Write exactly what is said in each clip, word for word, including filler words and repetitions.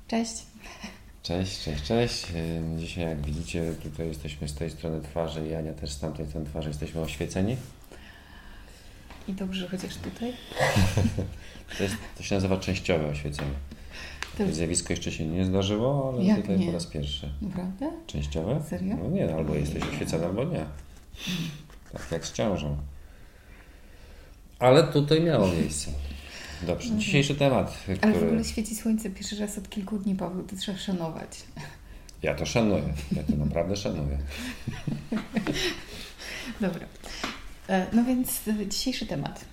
Cześć. Cześć, cześć, cześć. Dzisiaj, jak widzicie, tutaj jesteśmy z tej strony twarzy i Ania też z tamtej strony twarzy. Jesteśmy oświeceni. I dobrze, chociaż tutaj. To, jest, to się nazywa częściowe oświecenie. To zjawisko jeszcze się nie zdarzyło, ale jak tutaj nie? po raz pierwszy. Naprawdę? Częściowe? Serio? No nie, albo jesteś oświecony, albo nie. Tak jak z ciążą. Ale tutaj miało miejsce. Dobrze, Mhm. dzisiejszy temat, który... Ale w ogóle świeci słońce pierwszy raz od kilku dni, Paweł, to trzeba szanować. Ja to szanuję. Ja to naprawdę szanuję. Dobra. No więc dzisiejszy temat.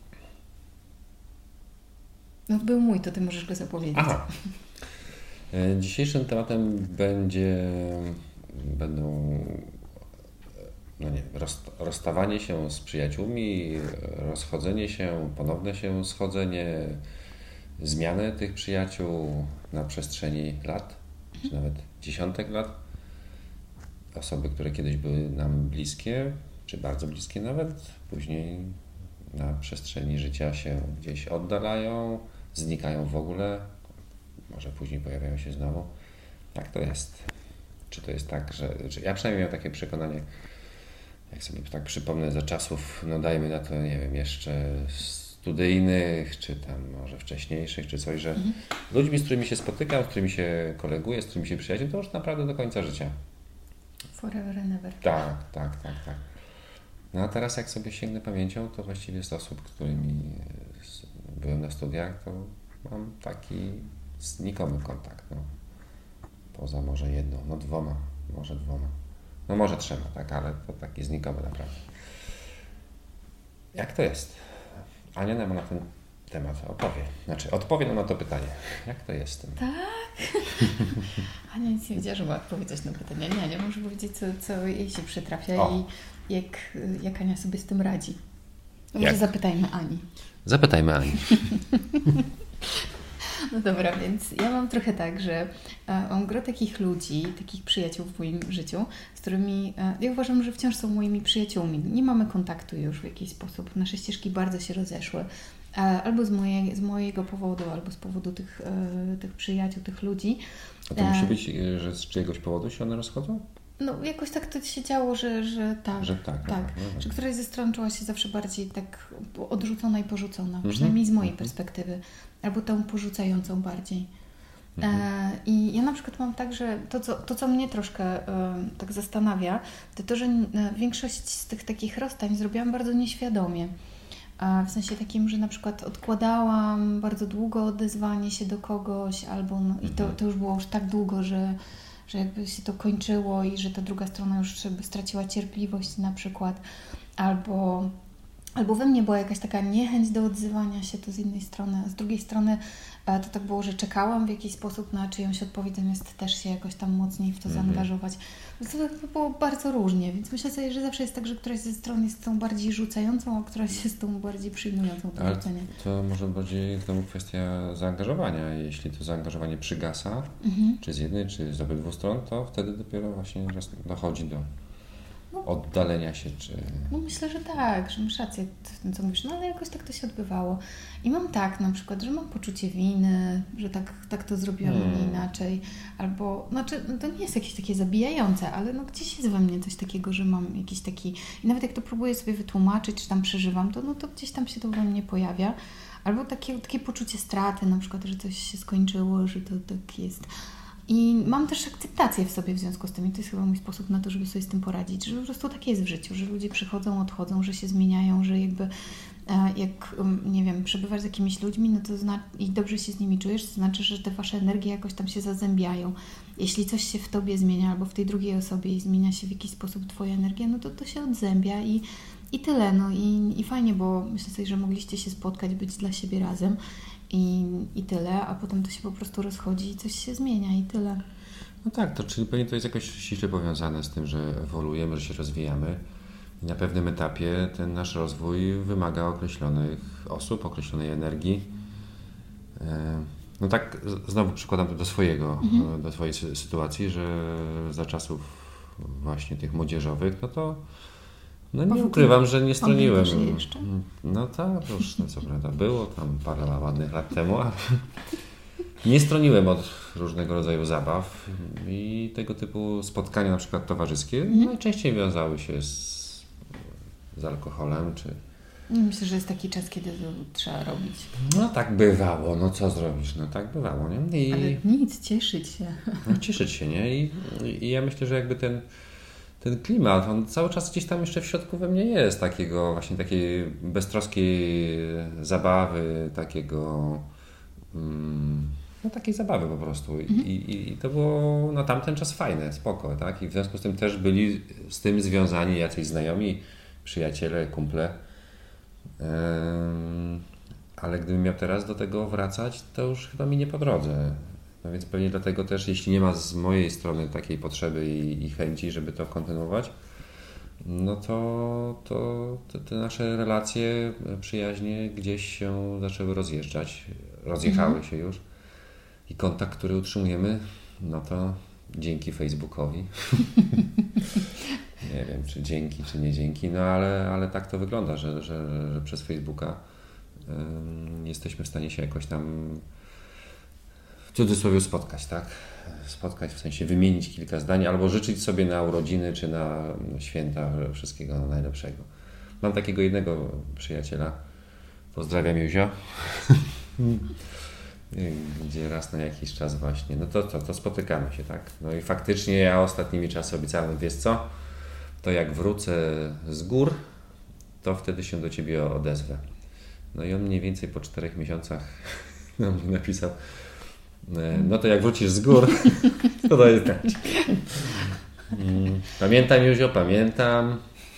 No był mój, to ty możesz go zapowiedzieć. Aha. Dzisiejszym tematem będzie, będą no nie, rozstawanie się z przyjaciółmi, rozchodzenie się, ponowne się schodzenie, zmiany tych przyjaciół na przestrzeni lat, czy nawet dziesiątek lat. Osoby, które kiedyś były nam bliskie, czy bardzo bliskie nawet, później na przestrzeni życia się gdzieś oddalają, znikają w ogóle, może później pojawiają się znowu. Jak to jest? Czy to jest tak, że, że ja przynajmniej miałem takie przekonanie, jak sobie tak przypomnę za czasów, no dajmy na to, nie wiem, jeszcze studyjnych, czy tam może wcześniejszych, czy coś, że mhm. ludźmi, z którymi się spotykam, z którymi się koleguję, z którymi się przyjaciół, to już naprawdę do końca życia. Forever and ever. Tak, tak, tak, tak. No a teraz jak sobie sięgnę pamięcią, to właściwie z osób, z którymi byłem na studiach, to mam taki znikomy kontakt. No. Poza może jedną, no dwoma, może dwoma. No może trzema, tak, ale to taki znikomy naprawdę. Jak to jest? Ania nam na ten temat opowie. Znaczy, odpowie nam na to pytanie. Jak to jest z tym? Tak? Ania nic nie wiedziała, że ma odpowiedzieć na pytanie. Nie, nie może powiedzieć, co, co jej się przytrafia o. i jak, jak Ania sobie z tym radzi. No może zapytajmy Ani. Zapytajmy Ani. No dobra, więc ja mam trochę tak, że mam gro takich ludzi, takich przyjaciół w moim życiu, z którymi ja uważam, że wciąż są moimi przyjaciółmi. Nie mamy kontaktu już w jakiś sposób. Nasze ścieżki bardzo się rozeszły. Albo z, moje, z mojego powodu, albo z powodu tych, tych przyjaciół, tych ludzi. A to musi być, że z czyjegoś powodu się one rozchodzą? No jakoś tak to się działo, że, że tak. Że tak. tak. No, że któraś ze stron czuła się zawsze bardziej tak odrzucona i porzucona. Mm-hmm. Przynajmniej z mojej mm-hmm. perspektywy. Albo tą porzucającą bardziej. Mm-hmm. E, I ja na przykład mam tak, że to, co, to, co mnie troszkę e, tak zastanawia, to to, że większość z tych takich rozstań zrobiłam bardzo nieświadomie. W sensie takim, że na przykład odkładałam bardzo długo odezwanie się do kogoś, albo no, i to, to już było już tak długo, że, że jakby się to kończyło i że ta druga strona już jakby straciła cierpliwość na przykład, albo, albo we mnie była jakaś taka niechęć do odzywania się, to z jednej strony, a z drugiej strony to tak było, że czekałam w jakiś sposób na czyjąś odpowiedź, zamiast też się jakoś tam mocniej w to mhm. zaangażować. To było bardzo różnie, więc myślę sobie, że zawsze jest tak, że któraś ze stron jest tą bardziej rzucającą, a któraś jest tą bardziej przyjmującą to rzucenie. To może bardziej znowu kwestia zaangażowania. Jeśli to zaangażowanie przygasa, mhm. czy z jednej, czy z obydwu stron, to wtedy dopiero właśnie dochodzi do no, oddalenia się, czy... No myślę, że tak, że masz rację w tym, co mówisz, no ale jakoś tak to się odbywało. I mam tak na przykład, że mam poczucie winy, że tak, tak to zrobiłam, hmm. nie inaczej, albo, znaczy, no to nie jest jakieś takie zabijające, ale no gdzieś jest we mnie coś takiego, że mam jakiś taki, i nawet jak to próbuję sobie wytłumaczyć, czy tam przeżywam, to no to gdzieś tam się to we mnie pojawia, albo takie, takie poczucie straty, na przykład, że coś się skończyło, że to tak jest. I mam też akceptację w sobie w związku z tym i to jest chyba mój sposób na to, żeby sobie z tym poradzić, że po prostu tak jest w życiu, że ludzie przychodzą, odchodzą, że się zmieniają, że jakby jak, nie wiem, przebywasz z jakimiś ludźmi, no to zna- i dobrze się z nimi czujesz, to znaczy, że te wasze energie jakoś tam się zazębiają. Jeśli coś się w tobie zmienia albo w tej drugiej osobie i zmienia się w jakiś sposób twoja energia, no to to się odzębia i, i tyle. No i, i fajnie, bo myślę sobie, że mogliście się spotkać, być dla siebie razem. I, I tyle, a potem to się po prostu rozchodzi i coś się zmienia i tyle. No tak, to czyli pewnie to jest jakoś ściśle powiązane z tym, że ewoluujemy, że się rozwijamy i na pewnym etapie ten nasz rozwój wymaga określonych osób, określonej energii. No tak, znowu przykładam to do swojego, mhm. do swojej sytuacji, że za czasów właśnie tych młodzieżowych, no to no nie ukrywam, że nie stroniłem. Jeszcze? No tak, to już no co prawda było tam parę ładnych lat temu, ale nie stroniłem od różnego rodzaju zabaw i tego typu spotkania, na przykład towarzyskie, Mhm. najczęściej wiązały się z, z alkoholem, czy... Myślę, że jest taki czas, kiedy to trzeba robić. No tak bywało, no co zrobisz, no tak bywało, nie? I... Ale nic, cieszyć się. No, cieszyć się, nie? I, I ja myślę, że jakby ten, ten klimat, on cały czas gdzieś tam jeszcze w środku we mnie jest, takiego właśnie takiej beztroskiej zabawy, takiego... Mm, no takiej zabawy po prostu. I, i, i to było na tamten czas fajne, spoko, tak? I w związku z tym też byli z tym związani jacyś znajomi, przyjaciele, kumple. Ym, ale gdybym miał teraz do tego wracać, to już chyba mi nie po drodze. No więc pewnie dlatego też, jeśli nie ma z mojej strony takiej potrzeby i, i chęci, żeby to kontynuować, no to, to, to te nasze relacje, przyjaźnie gdzieś się zaczęły rozjeżdżać, rozjechały mhm. się już i kontakt, który utrzymujemy, no to dzięki Facebookowi. Nie wiem, czy dzięki, czy nie dzięki, no ale, ale tak to wygląda, że, że, że przez Facebooka ym, jesteśmy w stanie się jakoś tam w cudzysłowie spotkać, tak? Spotkać, w sensie wymienić kilka zdań albo życzyć sobie na urodziny czy na święta wszystkiego najlepszego. Mam takiego jednego przyjaciela, pozdrawiam Józio, gdzie raz na jakiś czas właśnie, no to co, to, to spotykamy się, tak? No i faktycznie ja ostatnimi czasy obiecałem, wiesz co, to jak wrócę z gór, to wtedy się do Ciebie odezwę. No i on mniej więcej po czterech miesiącach na mnie napisał, no to jak wrócisz z gór, to daj znać. Pamiętam Józio, pamiętam.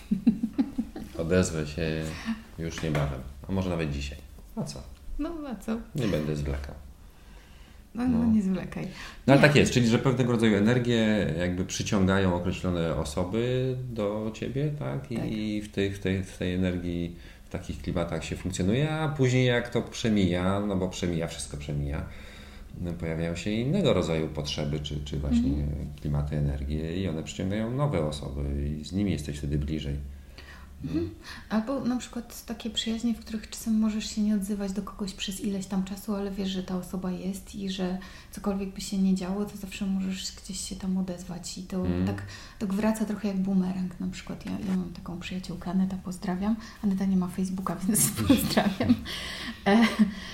Odezwę się już niebawem. A może nawet dzisiaj. A co? No a co? Nie będę zwlekał. No, no. no nie zwlekaj. No ale tak jest, czyli że pewnego rodzaju energie jakby przyciągają określone osoby do Ciebie, tak? I, tak. i w, tej, w, tej, w tej energii, w takich klimatach się funkcjonuje, a później jak to przemija, no bo przemija, wszystko przemija, pojawiają się innego rodzaju potrzeby, czy, czy właśnie mm. klimaty, energie i one przyciągają nowe osoby i z nimi jesteś wtedy bliżej. Mhm. Albo na przykład takie przyjaźnie, w których czasem możesz się nie odzywać do kogoś przez ileś tam czasu, ale wiesz, że ta osoba jest i że cokolwiek by się nie działo, to zawsze możesz gdzieś się tam odezwać i to mm. tak, tak wraca trochę jak bumerang. Na przykład ja, ja mam taką przyjaciółkę, Aneta, pozdrawiam. Aneta nie ma Facebooka, więc pozdrawiam. E,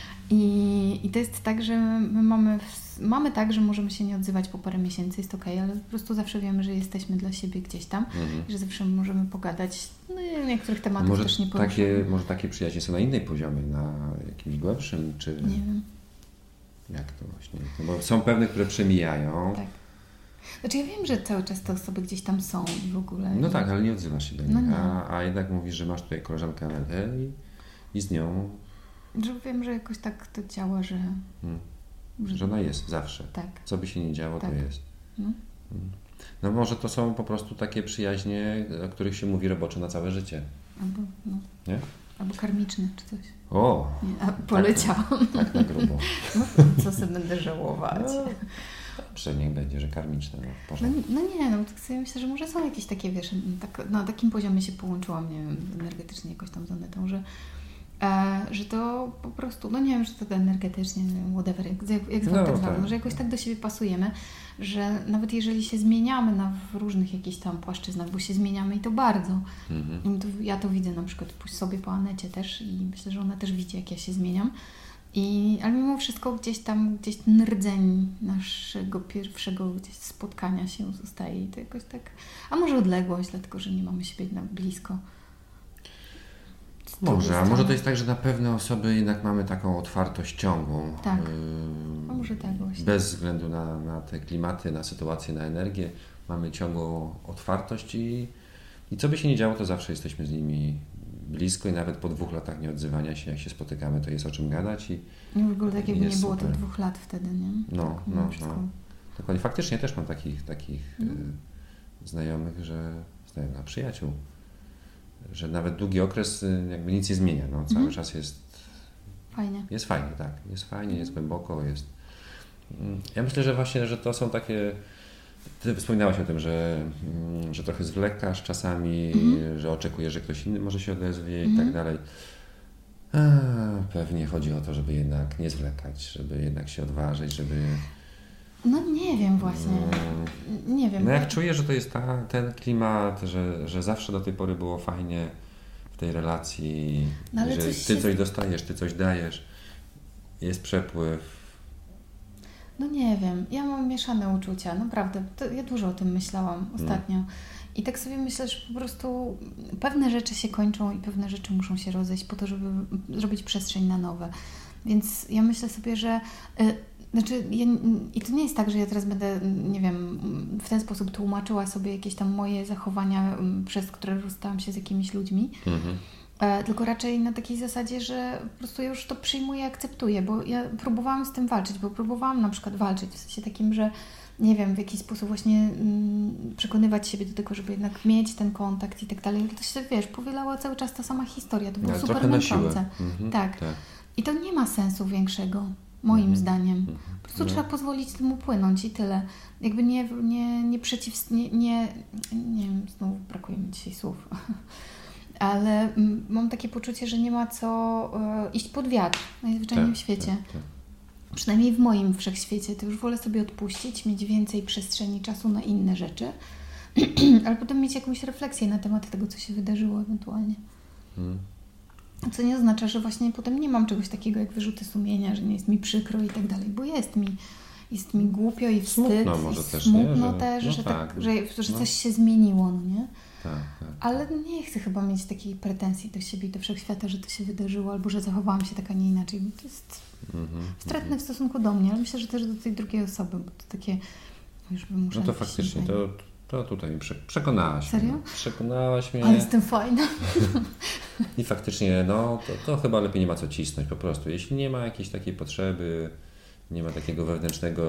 I, I to jest tak, że my mamy, mamy tak, że możemy się nie odzywać po parę miesięcy, jest okej, ale po prostu zawsze wiemy, że jesteśmy dla siebie gdzieś tam, mhm. że zawsze możemy pogadać. No i niektórych tematów może też nie poruszamy. Takie, może takie przyjaźnie są na innej poziomie, na jakimś głębszym, czy... Nie wiem. Jak to właśnie? No bo są pewne, które przemijają. Tak. Znaczy ja wiem, że cały czas te osoby gdzieś tam są i w ogóle. No tak, ale nie odzywasz się do nich, no a, a jednak mówisz, że masz tutaj koleżankę Anetę i, i z nią... Że wiem, że jakoś tak to działa, że... Hmm. Że ona jest zawsze. Tak. Co by się nie działo, tak. to jest. No. Hmm. No może to są po prostu takie przyjaźnie, o których się mówi roboczo na całe życie. Albo, no. Nie? Albo karmiczne, czy coś. O! Nie, a poleciałam. Tak, tak na grubo. No, co sobie będę żałować. No, dobrze, niech będzie, że karmiczne. No, no, no nie, no tak sobie myślę, że może są jakieś takie, wiesz, tak, na takim poziomie się połączyłam, nie wiem, energetycznie jakoś tam z Anetą, że E, że to po prostu, no nie wiem, że to energetycznie, whatever, jak, jak, jak zwał, no, tak zwał, tak. że jakoś tak do siebie pasujemy, że nawet jeżeli się zmieniamy na, w różnych jakichś tam płaszczyznach, bo się zmieniamy i to bardzo. Mhm. I to, ja to widzę na przykład sobie po Anecie też i myślę, że ona też widzi, jak ja się zmieniam. I, ale mimo wszystko gdzieś tam, gdzieś ten rdzeń naszego pierwszego gdzieś spotkania się zostaje i to jakoś tak, a może odległość, dlatego, że nie mamy siebie na blisko. Może, a może to jest tak, że na pewne osoby jednak mamy taką otwartość ciągłą. Tak, yy, a może tak właśnie. Bez względu na, na te klimaty, na sytuację, na energię. Mamy ciągłą otwartość i, i co by się nie działo, to zawsze jesteśmy z nimi blisko i nawet po dwóch latach nieodzywania się, jak się spotykamy, to jest o czym gadać. I, I w ogóle tak jakby nie było super. tych dwóch lat wtedy, nie? No, tak, no, no. Dokładnie. Faktycznie też mam takich, takich no. y, znajomych, że znajomych, przyjaciół, że nawet długi okres jakby nic nie zmienia. No, cały mm. czas jest fajnie. Jest fajnie, tak. Jest fajnie, jest głęboko, jest... Ja myślę, że właśnie, że to są takie... Ty wspominałaś o tym, że, że trochę zwlekasz czasami, mm. że oczekujesz, że ktoś inny może się odezwie mm. i tak dalej. A, pewnie chodzi o to, żeby jednak nie zwlekać, żeby jednak się odważyć, żeby... No nie wiem właśnie. Hmm. Nie wiem. No jak czuję, że to jest ta, ten klimat, że, że zawsze do tej pory było fajnie w tej relacji, no, że coś ty się... coś dostajesz, ty coś dajesz, jest przepływ. No nie wiem, ja mam mieszane uczucia, naprawdę. To ja dużo o tym myślałam ostatnio. Hmm. I tak sobie myślę, że po prostu pewne rzeczy się kończą i pewne rzeczy muszą się rozejść po to, żeby zrobić przestrzeń na nowe. Więc ja myślę sobie, że... Y, znaczy, ja, i to nie jest tak, że ja teraz będę, nie wiem, w ten sposób tłumaczyła sobie jakieś tam moje zachowania, przez które rozstałam się z jakimiś ludźmi, mhm. e, tylko raczej na takiej zasadzie, że po prostu ja już to przyjmuję, akceptuję, bo ja próbowałam z tym walczyć, bo próbowałam na przykład walczyć w sensie takim, że nie wiem, w jakiś sposób właśnie mm, przekonywać siebie do tego, żeby jednak mieć ten kontakt i tak dalej. To się, wiesz, powielała cały czas ta sama historia, to było ja, super męczące. Mhm, tak. tak. I to nie ma sensu większego. Moim mm. zdaniem. Po prostu no. trzeba pozwolić temu płynąć i tyle. Jakby nie, nie, nie przeciw... Nie, nie, nie wiem, znowu brakuje mi dzisiaj słów. Ale mam takie poczucie, że nie ma co e, iść pod wiatr najzwyczajniej tak, w świecie. Tak, tak. Przynajmniej w moim wszechświecie. To już wolę sobie odpuścić, mieć więcej przestrzeni, czasu na inne rzeczy, ale potem mieć jakąś refleksję na temat tego, co się wydarzyło ewentualnie. Mm. Co nie oznacza, że właśnie potem nie mam czegoś takiego jak wyrzuty sumienia, że nie jest mi przykro i tak dalej, bo jest mi, jest mi głupio i wstyd, smutno może i też, smutno nie? też, że, no że, tak, tak, że, że no. coś się zmieniło, no nie? Tak, tak. Ale nie chcę chyba mieć takiej pretensji do siebie i do wszechświata, że to się wydarzyło, albo że zachowałam się tak, a nie inaczej, bo to jest mm-hmm, wstratne mm-hmm. w stosunku do mnie, ale myślę, że też do tej drugiej osoby, bo to takie, już bym muszę... No to faktycznie, to, to tutaj mnie przekonałaś. Serio? Mnie. Przekonałaś mnie. Ale jestem fajna. I faktycznie, no to, to chyba lepiej nie ma co cisnąć po prostu. Jeśli nie ma jakiejś takiej potrzeby, nie ma takiego wewnętrznego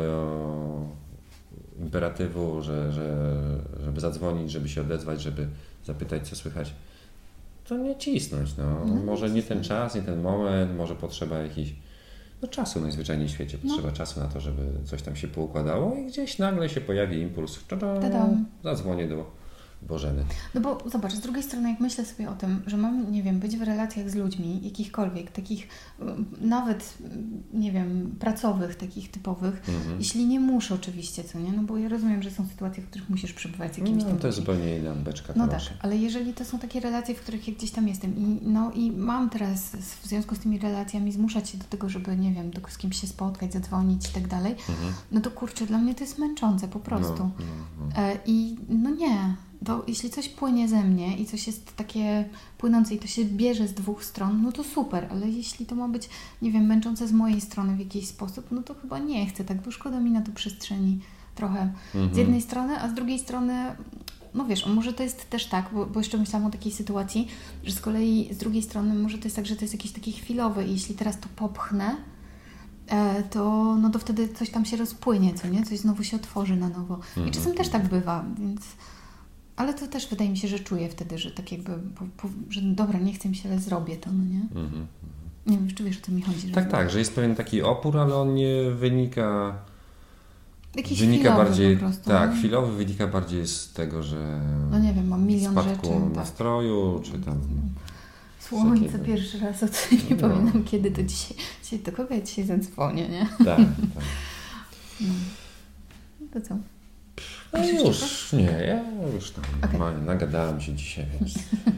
imperatywu, że, że, żeby zadzwonić, żeby się odezwać, żeby zapytać, co słychać, to nie cisnąć. No. no może nie ten czas, nie ten moment, może potrzeba jakiejś no, czasu najzwyczajniej w świecie. Potrzeba no. czasu na to, żeby coś tam się poukładało i gdzieś nagle się pojawi impuls. Tada, zadzwonię do Bożeny. No bo zobacz, z drugiej strony jak myślę sobie o tym, że mam, nie wiem, być w relacjach z ludźmi, jakichkolwiek, takich nawet, nie wiem, pracowych, takich typowych, mhm. jeśli nie muszę oczywiście, co nie? No bo ja rozumiem, że są sytuacje, w których musisz przebywać z jakimś no, tam... to jest zupełnie inna beczka. No proszę. tak, ale jeżeli to są takie relacje, w których ja gdzieś tam jestem i, no, i mam teraz w związku z tymi relacjami zmuszać się do tego, żeby, nie wiem, do, z kimś się spotkać, zadzwonić i tak dalej, mhm. no to kurczę, dla mnie to jest męczące po prostu. No, no, no. E, I no nie... To jeśli coś płynie ze mnie i coś jest takie płynące i to się bierze z dwóch stron, no to super, ale jeśli to ma być, nie wiem, męczące z mojej strony w jakiś sposób, no to chyba nie chcę tak, bo szkoda mi na to przestrzeni trochę mhm. z jednej strony, a z drugiej strony, no wiesz, może to jest też tak, bo, bo jeszcze myślałam o takiej sytuacji, że z kolei z drugiej strony może to jest tak, że to jest jakiś taki chwilowy i jeśli teraz to popchnę, to, no to wtedy coś tam się rozpłynie, co nie? Coś znowu się otworzy na nowo. Mhm. I czasem też tak bywa, więc... Ale to też wydaje mi się, że czuję wtedy, że tak jakby, po, po, że dobra, nie chcę mi się, ale zrobię to, no nie? Mm-hmm. Nie wiem, czy wiesz, o co mi chodzi. Że tak, tak, że jest pewien taki opór, ale on nie wynika... Jakiś wynika bardziej, po prostu. tak, no? chwilowy wynika bardziej z tego, że... No nie wiem, mam milion spadku rzeczy. nastroju, tak. czy tam... Słońce takiego. Pierwszy raz, o co nie no. pamiętam kiedy, to dzisiaj, dzisiaj do kogo ja dzisiaj zadzwonię, nie? Tak, tak. No. To co? No już, coś? nie, ja już tam okay. nagadałam się dzisiaj, więc...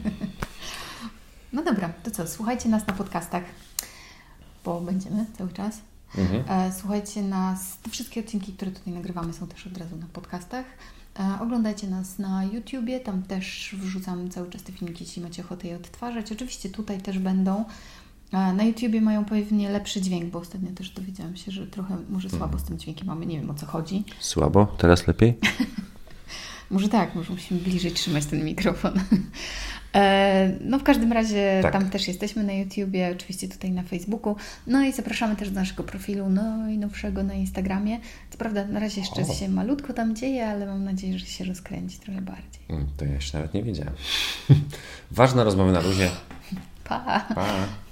No dobra, to co, słuchajcie nas na podcastach, bo będziemy cały czas. Mhm. Słuchajcie nas, te wszystkie odcinki, które tutaj nagrywamy, są też od razu na podcastach. Oglądajcie nas na YouTubie, tam też wrzucam cały czas te filmiki, jeśli macie ochotę je odtwarzać. Oczywiście tutaj też będą. Na YouTubie mają pewnie lepszy dźwięk, bo ostatnio też dowiedziałam się, że trochę może słabo z tym dźwiękiem mamy, nie wiem o co chodzi. Słabo? Teraz lepiej? Może tak, może musimy bliżej trzymać ten mikrofon. e, no w każdym razie tak. Tam też jesteśmy na YouTubie, oczywiście tutaj na Facebooku. No i zapraszamy też do naszego profilu najnowszego na Instagramie. Co prawda na razie jeszcze o. się malutko tam dzieje, ale mam nadzieję, że się rozkręci trochę bardziej. To ja jeszcze nawet nie wiedziałam. Ważne rozmowy na luzie. Pa! Pa!